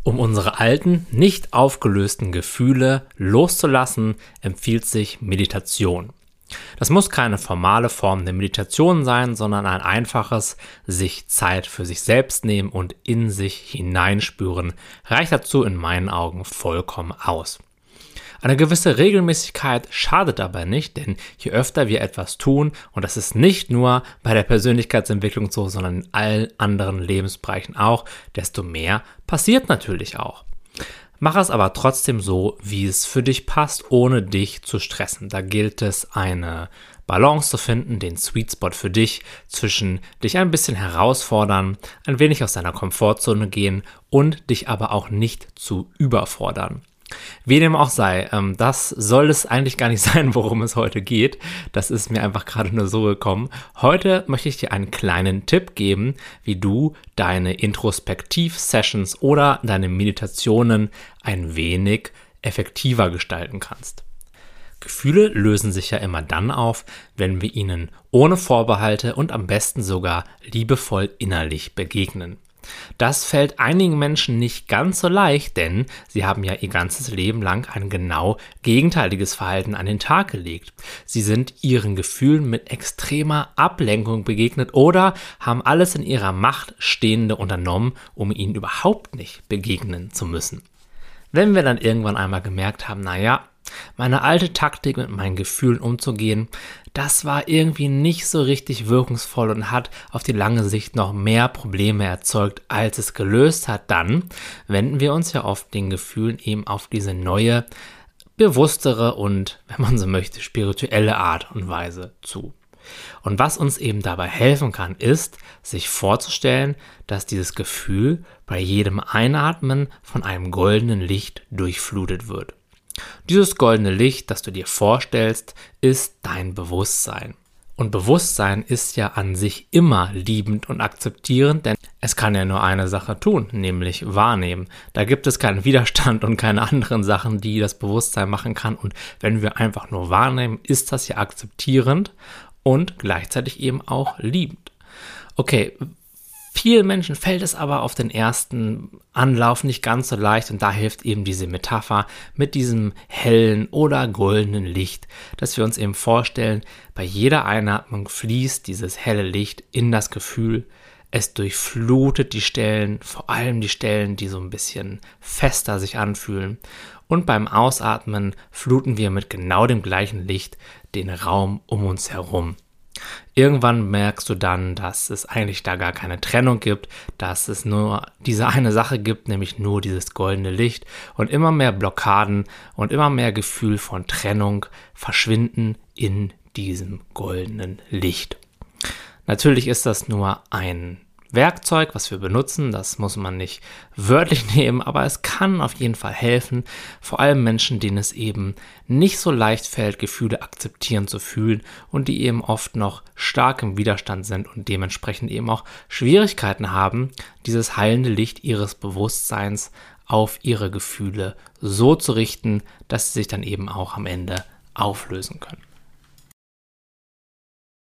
Um unsere alten, nicht aufgelösten Gefühle loszulassen, empfiehlt sich Meditation. Das muss keine formale Form der Meditation sein, sondern ein einfaches sich Zeit für sich selbst nehmen und in sich hineinspüren, reicht dazu in meinen Augen vollkommen aus. Eine gewisse Regelmäßigkeit schadet dabei nicht, denn je öfter wir etwas tun, und das ist nicht nur bei der Persönlichkeitsentwicklung so, sondern in allen anderen Lebensbereichen auch, desto mehr passiert natürlich auch. Mach es aber trotzdem so, wie es für dich passt, ohne dich zu stressen. Da gilt es, eine Balance zu finden, den Sweet Spot für dich, zwischen dich ein bisschen herausfordern, ein wenig aus deiner Komfortzone gehen und dich aber auch nicht zu überfordern. Wie dem auch sei, das soll es eigentlich gar nicht sein, worum es heute geht. Das ist mir einfach gerade nur so gekommen. Heute möchte ich dir einen kleinen Tipp geben, wie du deine Introspektiv-Sessions oder deine Meditationen ein wenig effektiver gestalten kannst. Gefühle lösen sich ja immer dann auf, wenn wir ihnen ohne Vorbehalte und am besten sogar liebevoll innerlich begegnen. Das fällt einigen Menschen nicht ganz so leicht, denn sie haben ja ihr ganzes Leben lang ein genau gegenteiliges Verhalten an den Tag gelegt. Sie sind ihren Gefühlen mit extremer Ablenkung begegnet oder haben alles in ihrer Macht Stehende unternommen, um ihnen überhaupt nicht begegnen zu müssen. Wenn wir dann irgendwann einmal gemerkt haben, meine alte Taktik, mit meinen Gefühlen umzugehen, das war irgendwie nicht so richtig wirkungsvoll und hat auf die lange Sicht noch mehr Probleme erzeugt, als es gelöst hat, dann wenden wir uns ja oft den Gefühlen eben auf diese neue, bewusstere und, wenn man so möchte, spirituelle Art und Weise zu. Und was uns eben dabei helfen kann, ist, sich vorzustellen, dass dieses Gefühl bei jedem Einatmen von einem goldenen Licht durchflutet wird. Dieses goldene Licht, das du dir vorstellst, ist dein Bewusstsein. Und Bewusstsein ist ja an sich immer liebend und akzeptierend, denn es kann ja nur eine Sache tun, nämlich wahrnehmen. Da gibt es keinen Widerstand und keine anderen Sachen, die das Bewusstsein machen kann. Und wenn wir einfach nur wahrnehmen, ist das ja akzeptierend und gleichzeitig eben auch liebend. Okay, vielen Menschen fällt es aber auf den ersten Anlauf nicht ganz so leicht und da hilft eben diese Metapher mit diesem hellen oder goldenen Licht, dass wir uns eben vorstellen, bei jeder Einatmung fließt dieses helle Licht in das Gefühl, es durchflutet die Stellen, vor allem die Stellen, die so ein bisschen fester sich anfühlen, und beim Ausatmen fluten wir mit genau dem gleichen Licht den Raum um uns herum. Irgendwann merkst du dann, dass es eigentlich da gar keine Trennung gibt, dass es nur diese eine Sache gibt, nämlich nur dieses goldene Licht, und immer mehr Blockaden und immer mehr Gefühl von Trennung verschwinden in diesem goldenen Licht. Natürlich ist das nur ein Werkzeug, was wir benutzen, das muss man nicht wörtlich nehmen, aber es kann auf jeden Fall helfen, vor allem Menschen, denen es eben nicht so leicht fällt, Gefühle akzeptieren zu fühlen und die eben oft noch stark im Widerstand sind und dementsprechend eben auch Schwierigkeiten haben, dieses heilende Licht ihres Bewusstseins auf ihre Gefühle so zu richten, dass sie sich dann eben auch am Ende auflösen können.